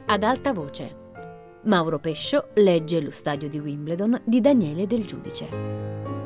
ad alta voce. Mauro Pescio legge Lo stadio di Wimbledon di Daniele Del Giudice.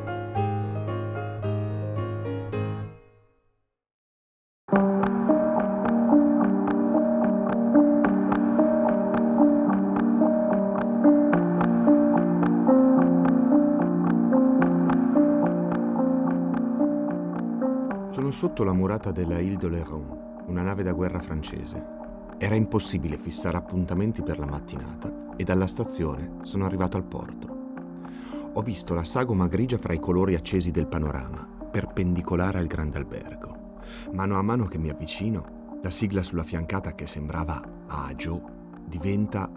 Sono sotto la murata della Île d'Oléron, una nave da guerra francese. Era impossibile fissare appuntamenti per la mattinata e dalla stazione sono arrivato al porto. Ho visto la sagoma grigia fra i colori accesi del panorama, perpendicolare al grande albergo. Mano a mano che mi avvicino, la sigla sulla fiancata che sembrava Agio diventa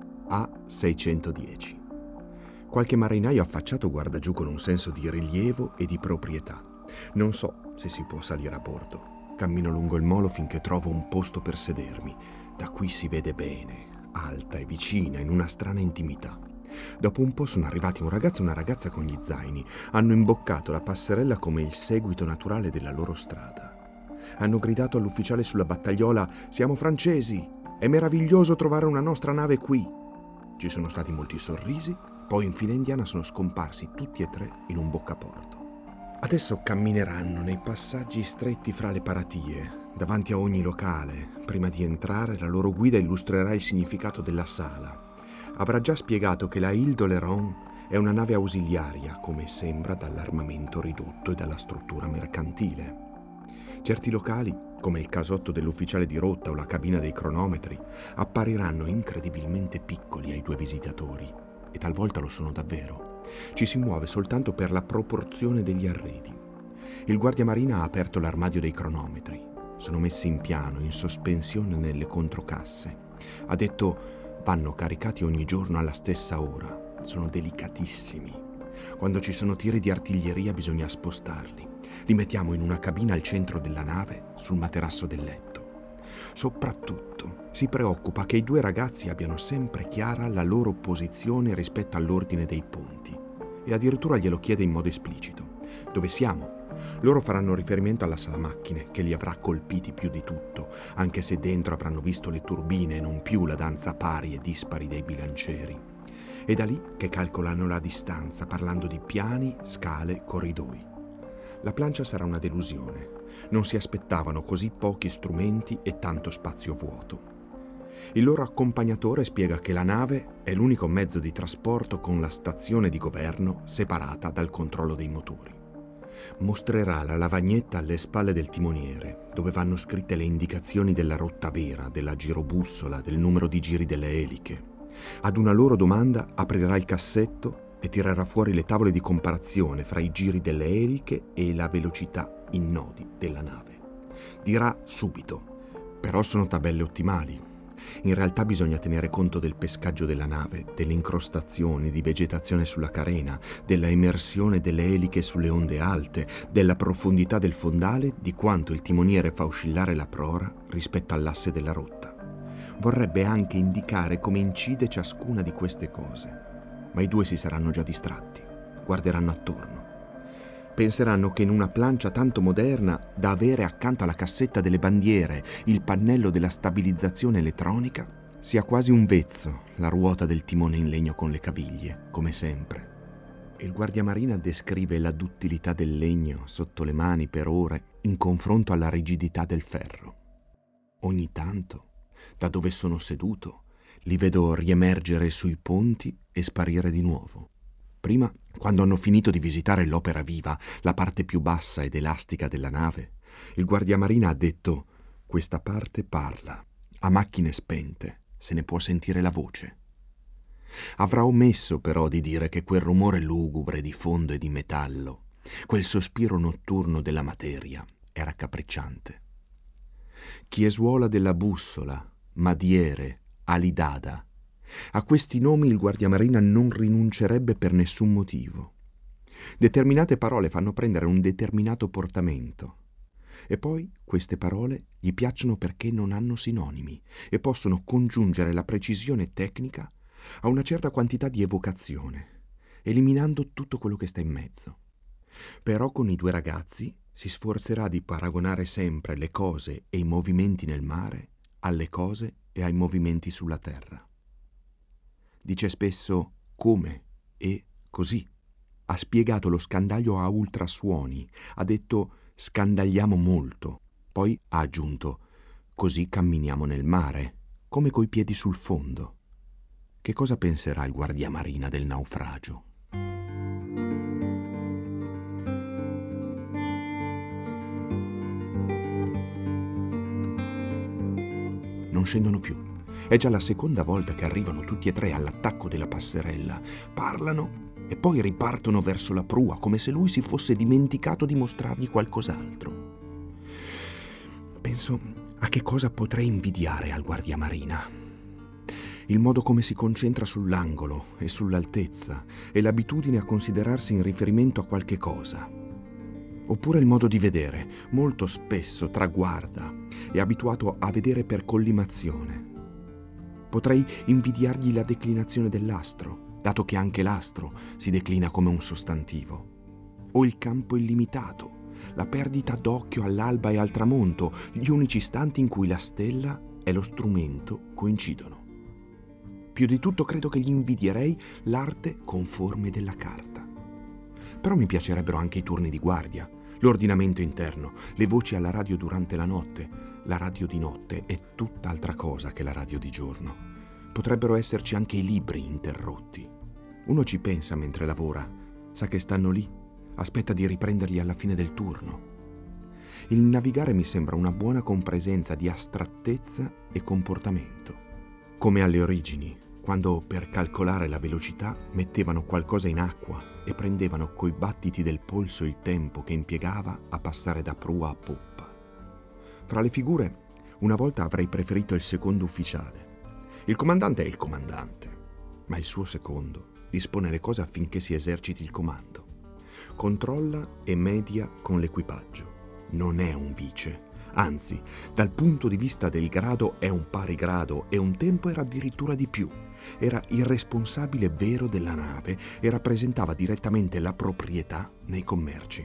A610. Qualche marinaio affacciato guarda giù con un senso di rilievo e di proprietà. Non so se si può salire a bordo. Cammino lungo il molo finché trovo un posto per sedermi. Da qui si vede bene, alta e vicina, in una strana intimità. Dopo un po' sono arrivati un ragazzo e una ragazza con gli zaini. Hanno imboccato la passerella come il seguito naturale della loro strada. Hanno gridato all'ufficiale sulla battagliola: «Siamo francesi! È meraviglioso trovare una nostra nave qui!» Ci sono stati molti sorrisi, poi in fila indiana sono scomparsi tutti e tre in un boccaporto. Adesso cammineranno nei passaggi stretti fra le paratie, davanti a ogni locale. Prima di entrare, la loro guida illustrerà il significato della sala. Avrà già spiegato che la Île d'Oléron è una nave ausiliaria, come sembra dall'armamento ridotto e dalla struttura mercantile. Certi locali, come il casotto dell'ufficiale di rotta o la cabina dei cronometri, appariranno incredibilmente piccoli ai due visitatori, e talvolta lo sono davvero. Ci si muove soltanto per la proporzione degli arredi. Il guardiamarina ha aperto l'armadio dei cronometri. Sono messi in piano, in sospensione nelle controcasse. Ha detto: vanno caricati ogni giorno alla stessa ora. Sono delicatissimi. Quando ci sono tiri di artiglieria bisogna spostarli. Li mettiamo in una cabina al centro della nave, sul materasso del letto. Soprattutto si preoccupa che i due ragazzi abbiano sempre chiara la loro posizione rispetto all'ordine dei ponti, e addirittura glielo chiede in modo esplicito: «Dove siamo?» Loro faranno riferimento alla sala macchine, che li avrà colpiti più di tutto, anche se dentro avranno visto le turbine e non più la danza pari e dispari dei bilancieri. È da lì che calcolano la distanza, parlando di piani, scale, corridoi. La plancia sarà una delusione. Non si aspettavano così pochi strumenti e tanto spazio vuoto. Il loro accompagnatore spiega che la nave è l'unico mezzo di trasporto con la stazione di governo separata dal controllo dei motori. Mostrerà la lavagnetta alle spalle del timoniere, dove vanno scritte le indicazioni della rotta vera, della girobussola, del numero di giri delle eliche. Ad una loro domanda aprirà il cassetto e tirerà fuori le tavole di comparazione fra i giri delle eliche e la velocità in nodi della nave. Dirà subito: «Però sono tabelle ottimali. In realtà bisogna tenere conto del pescaggio della nave, delle incrostazioni di vegetazione sulla carena, della emersione delle eliche sulle onde alte, della profondità del fondale, di quanto il timoniere fa oscillare la prora rispetto all'asse della rotta». Vorrebbe anche indicare come incide ciascuna di queste cose. Ma i due si saranno già distratti, guarderanno attorno. Penseranno che in una plancia tanto moderna da avere accanto alla cassetta delle bandiere il pannello della stabilizzazione elettronica sia quasi un vezzo la ruota del timone in legno con le caviglie, come sempre. Il guardiamarina descrive la duttilità del legno sotto le mani per ore in confronto alla rigidità del ferro. Ogni tanto, da dove sono seduto, li vedo riemergere sui ponti e sparire di nuovo. Prima, quando hanno finito di visitare l'Opera Viva, la parte più bassa ed elastica della nave, il guardiamarina ha detto: «Questa parte parla. A macchine spente se ne può sentire la voce». Avrà omesso però di dire che quel rumore lugubre di fondo e di metallo, quel sospiro notturno della materia, è raccapricciante. Chiesuola della bussola, Madiere, Alidada. A questi nomi il guardiamarina non rinuncerebbe per nessun motivo. Determinate parole fanno prendere un determinato portamento. E poi queste parole gli piacciono perché non hanno sinonimi e possono congiungere la precisione tecnica a una certa quantità di evocazione, eliminando tutto quello che sta in mezzo. Però con i due ragazzi si sforzerà di paragonare sempre le cose e i movimenti nel mare alle cose e ai movimenti sulla terra. Dice spesso come e così. Ha spiegato lo scandaglio a ultrasuoni, ha detto scandagliamo molto, poi ha aggiunto così camminiamo nel mare, come coi piedi sul fondo. Che cosa penserà il guardiamarina del naufragio? Non scendono più. È già la seconda volta che arrivano tutti e tre all'attacco della passerella. Parlano e poi ripartono verso la prua, come se lui si fosse dimenticato di mostrargli qualcos'altro. Penso a che cosa potrei invidiare al guardiamarina. Il modo come si concentra sull'angolo e sull'altezza e l'abitudine a considerarsi in riferimento a qualche cosa. Oppure il modo di vedere, molto spesso traguarda, è abituato a vedere per collimazione. Potrei invidiargli la declinazione dell'astro, dato che anche l'astro si declina come un sostantivo. O il campo illimitato, la perdita d'occhio all'alba e al tramonto, gli unici istanti in cui la stella e lo strumento coincidono. Più di tutto credo che gli invidierei l'arte conforme della carta. Però mi piacerebbero anche i turni di guardia, l'ordinamento interno, le voci alla radio durante la notte. La radio di notte è tutt'altra cosa che la radio di giorno. Potrebbero esserci anche i libri interrotti. Uno ci pensa mentre lavora, sa che stanno lì, aspetta di riprenderli alla fine del turno. Il navigare mi sembra una buona compresenza di astrattezza e comportamento. Come alle origini, quando per calcolare la velocità mettevano qualcosa in acqua e prendevano coi battiti del polso il tempo che impiegava a passare da prua a poppa. Fra le figure, una volta avrei preferito il secondo ufficiale. Il comandante è il comandante, ma il suo secondo dispone le cose affinché si eserciti il comando. Controlla e media con l'equipaggio. Non è un vice. Anzi, dal punto di vista del grado è un pari grado e un tempo era addirittura di più. Era il responsabile vero della nave e rappresentava direttamente la proprietà nei commerci.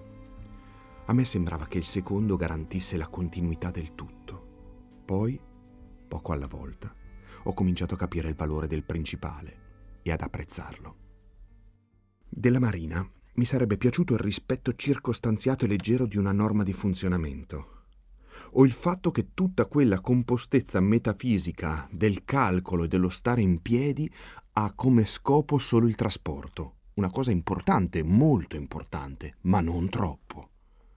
A me sembrava che il secondo garantisse la continuità del tutto. Poi, poco alla volta, ho cominciato a capire il valore del principale e ad apprezzarlo. Della Marina mi sarebbe piaciuto il rispetto circostanziato e leggero di una norma di funzionamento, o il fatto che tutta quella compostezza metafisica del calcolo e dello stare in piedi ha come scopo solo il trasporto, una cosa importante, molto importante, ma non troppo.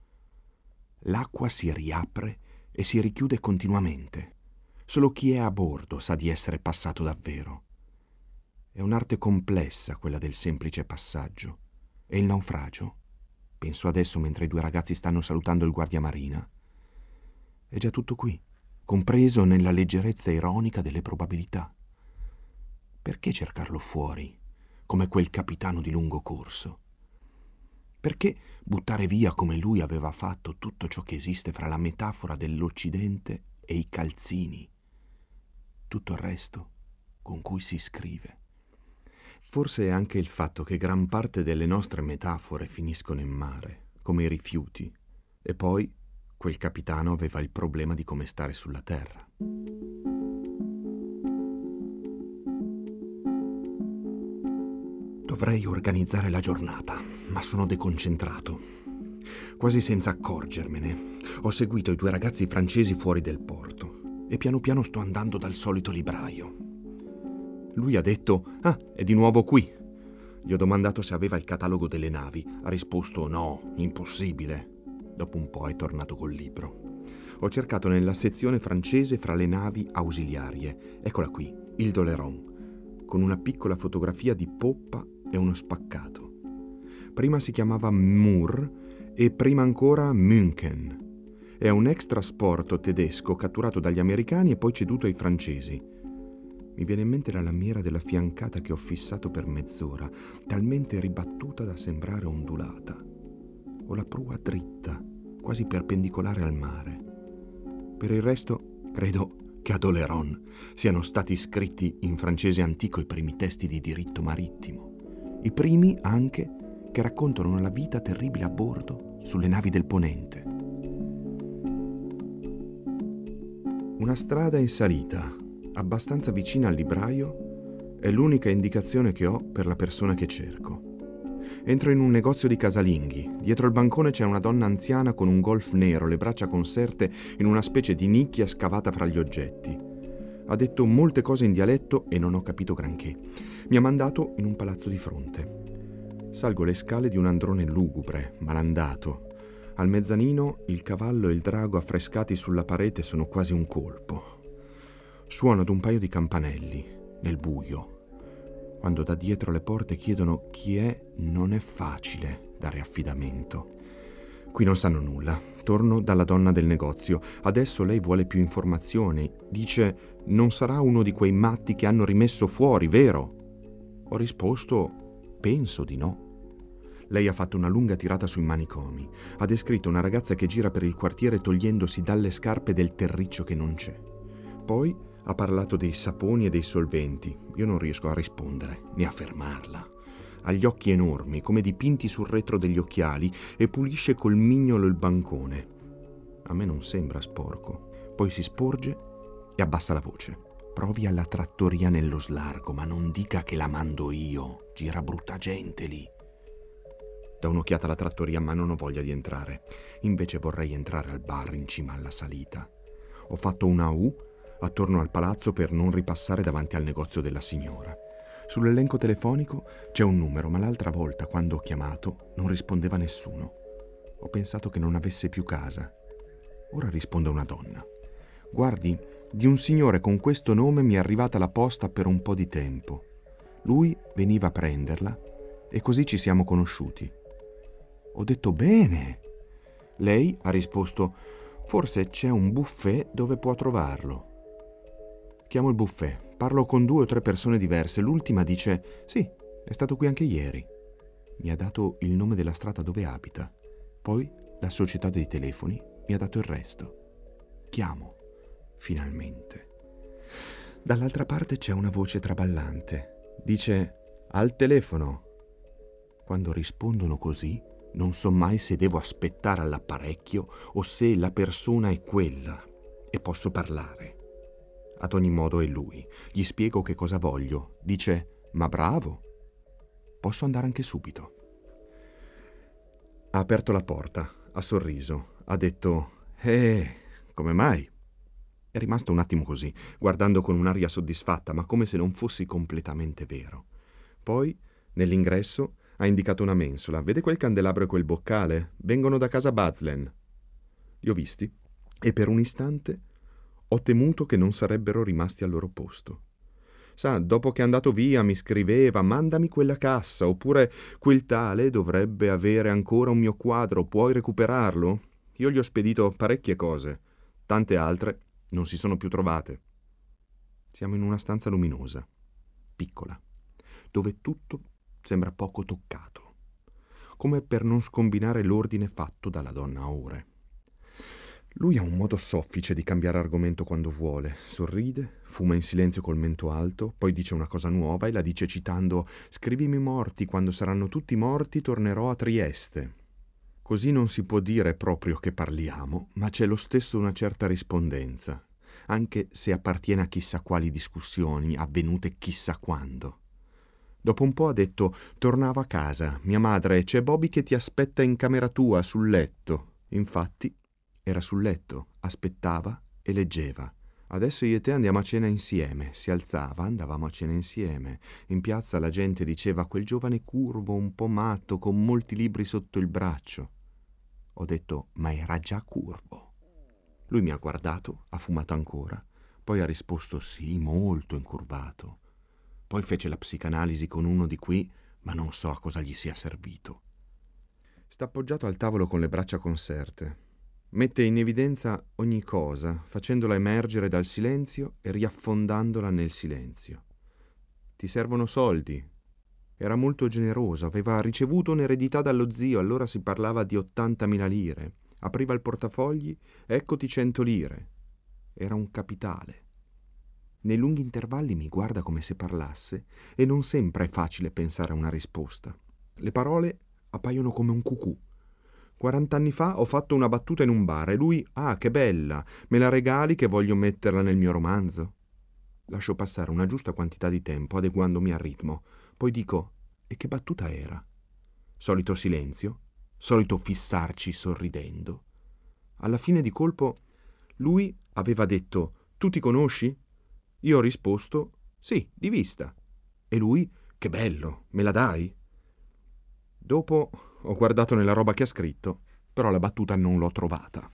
L'acqua si riapre e si richiude continuamente. Solo chi è a bordo sa di essere passato davvero. È un'arte complessa quella del semplice passaggio. E il naufragio, penso adesso mentre i due ragazzi stanno salutando il guardiamarina, è già tutto qui, compreso nella leggerezza ironica delle probabilità. Perché cercarlo fuori, come quel capitano di lungo corso? Perché buttare via come lui aveva fatto tutto ciò che esiste fra la metafora dell'Occidente e i calzini? Tutto il resto con cui si scrive. Forse è anche il fatto che gran parte delle nostre metafore finiscono in mare, come i rifiuti, e poi quel capitano aveva il problema di come stare sulla terra. Dovrei organizzare la giornata, ma sono deconcentrato. Quasi senza accorgermene, ho seguito i due ragazzi francesi fuori del porto e piano piano sto andando dal solito libraio. Lui ha detto: «Ah, è di nuovo qui». Gli ho domandato se aveva il catalogo delle navi. Ha risposto: «No, impossibile». Dopo un po' è tornato col libro. Ho cercato nella sezione francese fra le navi ausiliarie. Eccola qui, Ile d'Oléron, con una piccola fotografia di poppa e uno spaccato. Prima si chiamava Mur e prima ancora München. È un extrasporto tedesco catturato dagli americani e poi ceduto ai francesi. Mi viene in mente la lamiera della fiancata che ho fissato per mezz'ora, talmente ribattuta da sembrare ondulata. O la prua dritta, quasi perpendicolare al mare. Per il resto, credo che ad Oléron siano stati scritti in francese antico i primi testi di diritto marittimo. I primi anche che raccontano la vita terribile a bordo sulle navi del Ponente. Una strada in salita, abbastanza vicina al libraio, È l'unica indicazione che ho per la persona che cerco. Entro in un negozio di casalinghi. Dietro il bancone c'è una donna anziana con un golf nero, le braccia conserte in una specie di nicchia scavata fra gli oggetti. Ha detto molte cose in dialetto e non ho capito granché. Mi ha mandato in un palazzo di fronte. Salgo le scale di un androne lugubre, malandato. Al mezzanino il cavallo e il drago affrescati sulla parete sono quasi un colpo. Suono ad un paio di campanelli, nel buio. Quando da dietro le porte chiedono chi è, non è facile dare affidamento. Qui non sanno nulla. Torno dalla donna del negozio. Adesso lei vuole più informazioni. Dice, non sarà uno di quei matti che hanno rimesso fuori, vero? Ho risposto, penso di no. Lei ha fatto una lunga tirata sui manicomi. Ha descritto una ragazza che gira per il quartiere togliendosi dalle scarpe del terriccio che non c'è. Poi ha parlato dei saponi e dei solventi. Io non riesco a rispondere, né a fermarla. Ha gli occhi enormi, come dipinti sul retro degli occhiali, e pulisce col mignolo il bancone. A me non sembra sporco. Poi si sporge e abbassa la voce. Provi alla trattoria nello slargo, ma non dica che la mando io. Gira brutta gente lì. Do un'occhiata alla trattoria, ma non ho voglia di entrare. Invece vorrei entrare al bar in cima alla salita. Ho fatto una U attorno al palazzo per non ripassare davanti al negozio della signora. Sull'elenco telefonico c'è un numero, ma l'altra volta, quando ho chiamato, non rispondeva nessuno. Ho pensato che non avesse più casa. Ora risponde una donna. Guardi, di un signore con questo nome mi è arrivata la posta per un po' di tempo. Lui veniva a prenderla e così ci siamo conosciuti. Ho detto bene. Lei ha risposto, forse c'è un buffet dove può trovarlo. Chiamo il buffet, parlo con 2 o 3 persone diverse. L'ultima dice, sì, è stato qui anche ieri. Mi ha dato il nome della strada dove abita. Poi la società dei telefoni mi ha dato il resto. Chiamo, finalmente. Dall'altra parte c'è una voce traballante. Dice, al telefono. Quando rispondono così, non so mai se devo aspettare all'apparecchio o se la persona è quella e posso parlare. Ad ogni modo è lui. Gli spiego che cosa voglio. Dice, ma bravo. Posso andare anche subito. Ha aperto la porta, ha sorriso, ha detto, come mai? È rimasto un attimo così, guardando con un'aria soddisfatta, ma come se non fossi completamente vero. Poi, nell'ingresso, ha indicato una mensola. Vede quel candelabro e quel boccale? Vengono da casa Bazlen. Li ho visti e per un istante ho temuto che non sarebbero rimasti al loro posto. Sa, dopo che è andato via mi scriveva «Mandami quella cassa» oppure «Quel tale dovrebbe avere ancora un mio quadro, puoi recuperarlo?» Io gli ho spedito parecchie cose, tante altre non si sono più trovate. Siamo in una stanza luminosa, piccola, dove tutto sembra poco toccato, come per non scombinare l'ordine fatto dalla donna a ore. Lui ha un modo soffice di cambiare argomento quando vuole. Sorride, fuma in silenzio col mento alto, poi dice una cosa nuova e la dice citando «Scrivimi morti, quando saranno tutti morti tornerò a Trieste». Così non si può dire proprio che parliamo, ma c'è lo stesso una certa rispondenza, anche se appartiene a chissà quali discussioni avvenute chissà quando. Dopo un po' ha detto «Tornavo a casa, mia madre, c'è Bobby che ti aspetta in camera tua, sul letto». Infatti era sul letto, aspettava e leggeva. Adesso io e te andiamo a cena insieme. Si alzava, andavamo a cena insieme. In piazza la gente diceva quel giovane curvo, un po' matto, con molti libri sotto il braccio. Ho detto, ma era già curvo. Lui mi ha guardato, ha fumato ancora, poi ha risposto sì, molto incurvato. Poi fece la psicanalisi con uno di qui, ma non so a cosa gli sia servito. Sta appoggiato al tavolo con le braccia conserte. Mette in evidenza ogni cosa, facendola emergere dal silenzio e riaffondandola nel silenzio. Ti servono soldi? Era molto generoso, aveva ricevuto un'eredità dallo zio, allora si parlava di 80.000 lire. Apriva il portafogli, eccoti 100 lire. Era un capitale. Nei lunghi intervalli mi guarda come se parlasse e non sempre è facile pensare a una risposta. Le parole appaiono come un cucù. 40 anni fa ho fatto una battuta in un bar e lui, ah, che bella, me la regali che voglio metterla nel mio romanzo? Lascio passare una giusta quantità di tempo, adeguandomi al ritmo. Poi dico: e che battuta era? Solito silenzio, solito fissarci sorridendo. Alla fine di colpo lui aveva detto: tu ti conosci? Io ho risposto: sì, di vista. E lui: che bello, me la dai? Dopo ho guardato nella roba che ha scritto, però la battuta non l'ho trovata.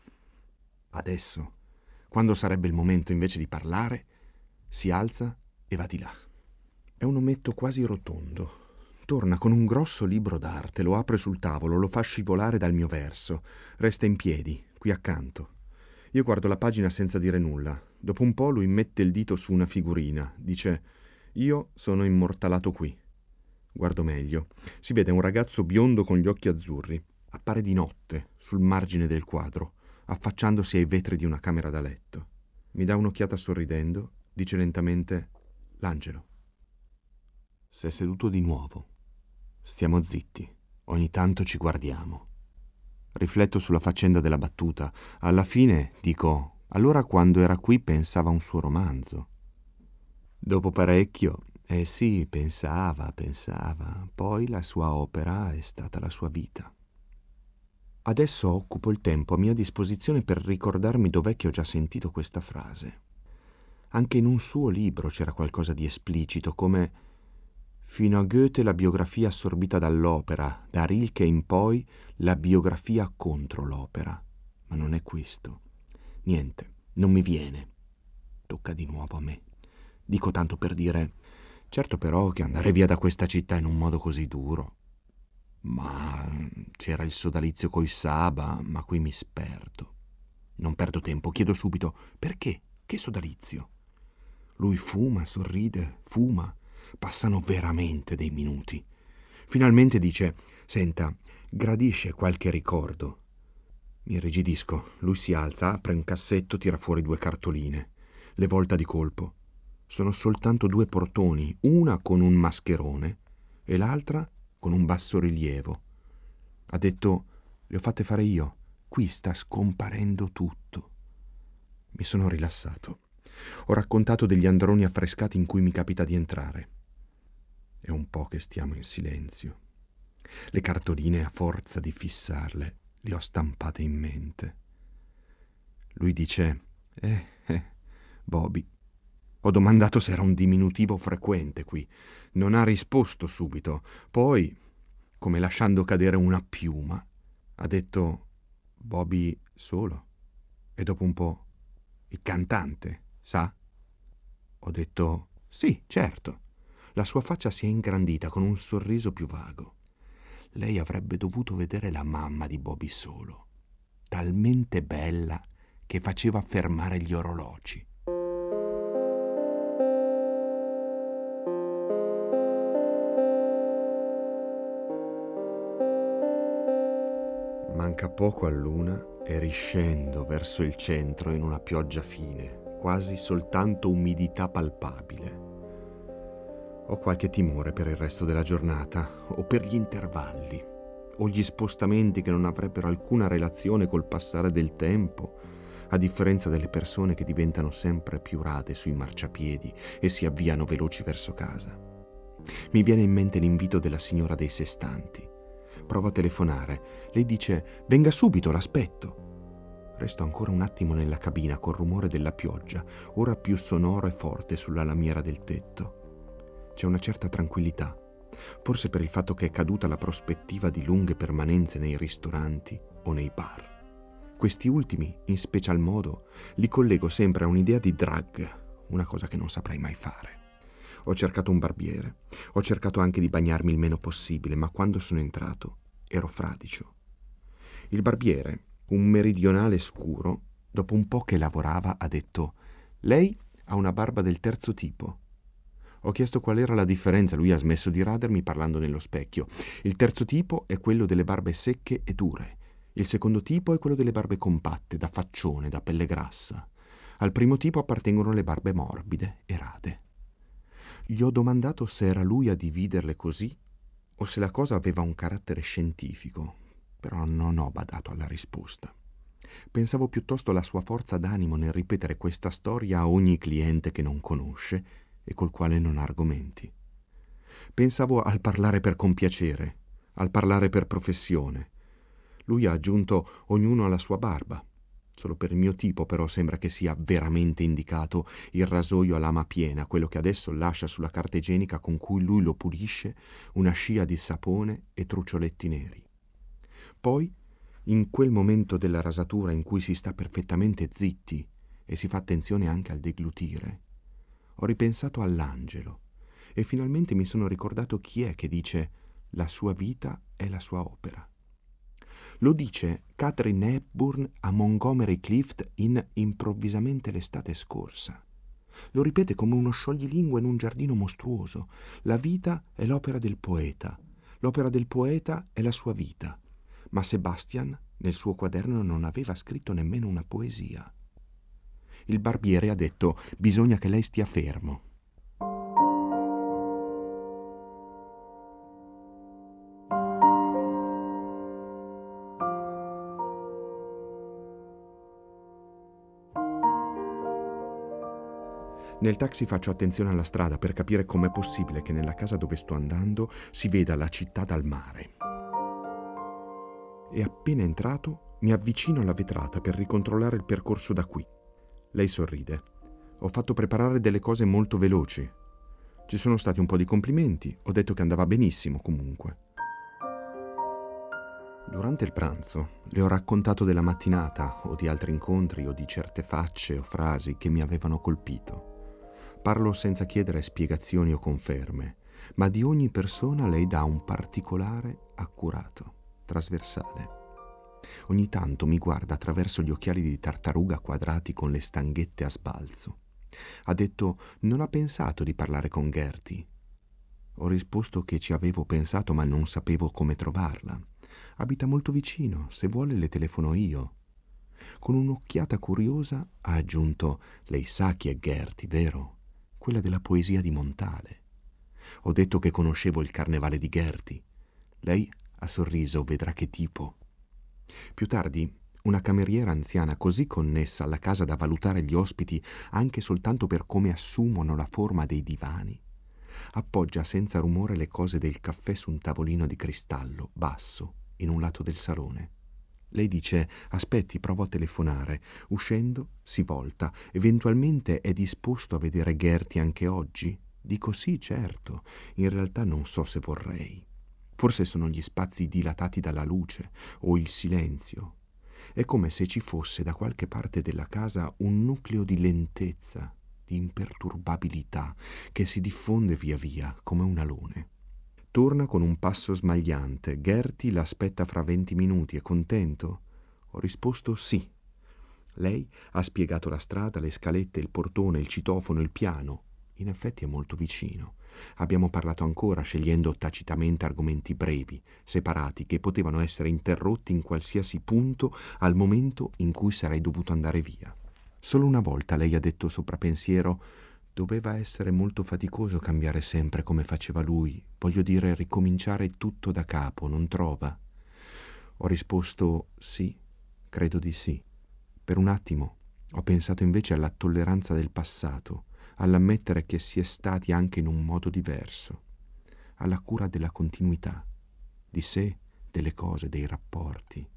Adesso, quando sarebbe il momento invece di parlare, si alza e va di là. È un ometto quasi rotondo. Torna con un grosso libro d'arte, lo apre sul tavolo, lo fa scivolare dal mio verso. Resta in piedi, qui accanto. Io guardo la pagina senza dire nulla. Dopo un po' lui mette il dito su una figurina. Dice: io sono immortalato qui. Guardo meglio. Si vede un ragazzo biondo con gli occhi azzurri. Appare di notte, sul margine del quadro, affacciandosi ai vetri di una camera da letto. Mi dà un'occhiata sorridendo, dice lentamente: l'angelo. S'è seduto di nuovo. Stiamo zitti. Ogni tanto ci guardiamo. Rifletto sulla faccenda della battuta. Alla fine dico: allora quando era qui pensava a un suo romanzo. Dopo parecchio, sì, pensava. Poi la sua opera è stata la sua vita. Adesso occupo il tempo a mia disposizione per ricordarmi dov'è che ho già sentito questa frase. Anche in un suo libro c'era qualcosa di esplicito, come: fino a Goethe la biografia assorbita dall'opera, da Rilke in poi la biografia contro l'opera. Ma non è questo. Niente, non mi viene. Tocca di nuovo a me. Dico tanto per dire: certo però che andare via da questa città in un modo così duro. Ma c'era il sodalizio coi Saba, ma qui mi sperdo. Non perdo tempo, chiedo subito: perché? Che sodalizio? Lui fuma, sorride, fuma. Passano veramente dei minuti. Finalmente dice: senta, gradisce qualche ricordo? Mi irrigidisco. Lui si alza, apre un cassetto, tira fuori 2 cartoline. Le volta di colpo. Sono soltanto 2 portoni, una con un mascherone e l'altra con un bassorilievo. Ha detto: le ho fatte fare io. Qui sta scomparendo tutto. Mi sono rilassato. Ho raccontato degli androni affrescati in cui mi capita di entrare. È un po' che stiamo in silenzio. Le cartoline, a forza di fissarle, le ho stampate in mente. Lui dice: Bobby. Ho domandato se era un diminutivo frequente qui. Non ha risposto subito. Poi, come lasciando cadere una piuma, ha detto: Bobby solo. E dopo un po': il cantante, sa? Ho detto: sì, certo. La sua faccia si è ingrandita con un sorriso più vago. Lei avrebbe dovuto vedere la mamma di Bobby solo, talmente bella che faceva fermare gli orologi. Manca poco all'una e riscendo verso il centro in una pioggia fine, quasi soltanto umidità palpabile. Ho qualche timore per il resto della giornata, o per gli intervalli, o gli spostamenti che non avrebbero alcuna relazione col passare del tempo, a differenza delle persone che diventano sempre più rade sui marciapiedi e si avviano veloci verso casa. Mi viene in mente l'invito della signora dei Sestanti. Provo a telefonare. Lei dice: venga subito, l'aspetto. Resto ancora un attimo nella cabina col rumore della pioggia, ora più sonoro e forte sulla lamiera del tetto. C'è una certa tranquillità, forse per il fatto che è caduta la prospettiva di lunghe permanenze nei ristoranti o nei bar. Questi ultimi, in special modo, li collego sempre a un'idea di drag, una cosa che non saprei mai fare. Ho cercato un barbiere, ho cercato anche di bagnarmi il meno possibile, ma quando sono entrato ero fradicio. Il barbiere, un meridionale scuro, dopo un po' che lavorava, ha detto: lei ha una barba del terzo tipo. Ho chiesto qual era la differenza, lui ha smesso di radermi parlando nello specchio. Il terzo tipo è quello delle barbe secche e dure. Il secondo tipo è quello delle barbe compatte, da faccione, da pelle grassa. Al primo tipo appartengono le barbe morbide e rade. Gli ho domandato se era lui a dividerle così o se la cosa aveva un carattere scientifico, però non ho badato alla risposta. Pensavo piuttosto alla sua forza d'animo nel ripetere questa storia a ogni cliente che non conosce e col quale non ha argomenti. Pensavo al parlare per compiacere, al parlare per professione. Lui ha aggiunto ognuno alla sua barba. Solo per il mio tipo però sembra che sia veramente indicato il rasoio a lama piena, quello che adesso lascia sulla carta igienica con cui lui lo pulisce una scia di sapone e truccioletti neri. Poi, in quel momento della rasatura in cui si sta perfettamente zitti e si fa attenzione anche al deglutire, ho ripensato all'angelo e finalmente mi sono ricordato chi è che dice «la sua vita è la sua opera». Lo dice Katharine Hepburn a Montgomery Clift in Improvvisamente l'estate scorsa. Lo ripete come uno scioglilingue in un giardino mostruoso. La vita è l'opera del poeta. L'opera del poeta è la sua vita. Ma Sebastian nel suo quaderno non aveva scritto nemmeno una poesia. Il barbiere ha detto: bisogna che lei stia fermo. Nel taxi faccio attenzione alla strada per capire com'è possibile che nella casa dove sto andando si veda la città dal mare. E appena entrato mi avvicino alla vetrata per ricontrollare il percorso da qui. Lei sorride. Ho fatto preparare delle cose molto veloci. Ci sono stati un po' di complimenti, ho detto che andava benissimo comunque. Durante il pranzo le ho raccontato della mattinata o di altri incontri o di certe facce o frasi che mi avevano colpito. Parlo senza chiedere spiegazioni o conferme, ma di ogni persona lei dà un particolare accurato, trasversale. Ogni tanto mi guarda attraverso gli occhiali di tartaruga quadrati con le stanghette a sbalzo. Ha detto: non ha pensato di parlare con Gertie. Ho risposto che ci avevo pensato ma non sapevo come trovarla. Abita molto vicino, se vuole le telefono io. Con un'occhiata curiosa ha aggiunto: lei sa chi è Gertie, vero? Quella della poesia di Montale. Ho detto che conoscevo il carnevale di Gertie. Lei ha sorriso, vedrà che tipo. Più tardi, una cameriera anziana così connessa alla casa da valutare gli ospiti anche soltanto per come assumono la forma dei divani, appoggia senza rumore le cose del caffè su un tavolino di cristallo, basso, in un lato del salone. Lei dice: aspetti, provo a telefonare. Uscendo, si volta. Eventualmente è disposto a vedere Gertie anche oggi? Dico sì, certo. In realtà non so se vorrei. Forse sono gli spazi dilatati dalla luce o il silenzio. È come se ci fosse da qualche parte della casa un nucleo di lentezza, di imperturbabilità, che si diffonde via via come un alone. Torna con un passo smagliante. Gertie l'aspetta fra 20 minuti, è contento? Ho risposto sì. Lei ha spiegato la strada, le scalette, il portone, il citofono, il piano. In effetti è molto vicino. Abbiamo parlato ancora, scegliendo tacitamente argomenti brevi, separati, che potevano essere interrotti in qualsiasi punto al momento in cui sarei dovuto andare via. Solo una volta lei ha detto soprapensiero: doveva essere molto faticoso cambiare sempre come faceva lui, voglio dire ricominciare tutto da capo, non trova? Ho risposto sì, credo di sì. Per un attimo ho pensato invece alla tolleranza del passato, all'ammettere che si è stati anche in un modo diverso, alla cura della continuità, di sé, delle cose, dei rapporti,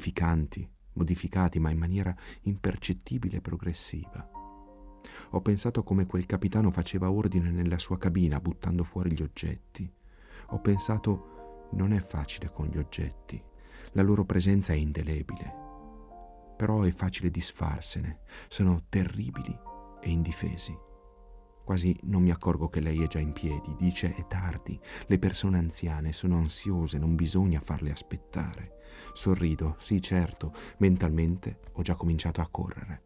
modificati ma in maniera impercettibile e progressiva. Ho pensato come quel capitano faceva ordine nella sua cabina buttando fuori gli oggetti. Ho pensato: non è facile con gli oggetti, la loro presenza è indelebile. Però è facile disfarsene, sono terribili e indifesi. Quasi non mi accorgo che lei è già in piedi, dice: è tardi, le persone anziane sono ansiose, non bisogna farle aspettare. Sorrido, sì certo, mentalmente ho già cominciato a correre.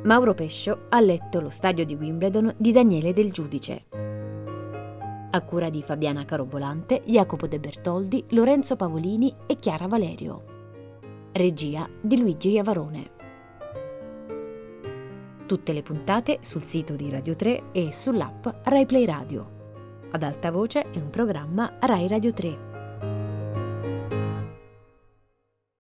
Mauro Pescio ha letto Lo stadio di Wimbledon di Daniele Del Giudice. A cura di Fabiana Carobolante, Jacopo De Bertoldi, Lorenzo Pavolini e Chiara Valerio. Regia di Luigi Iavarone. Tutte le puntate sul sito di Radio 3 e sull'app Rai Play Radio. Ad alta voce è un programma Rai Radio 3.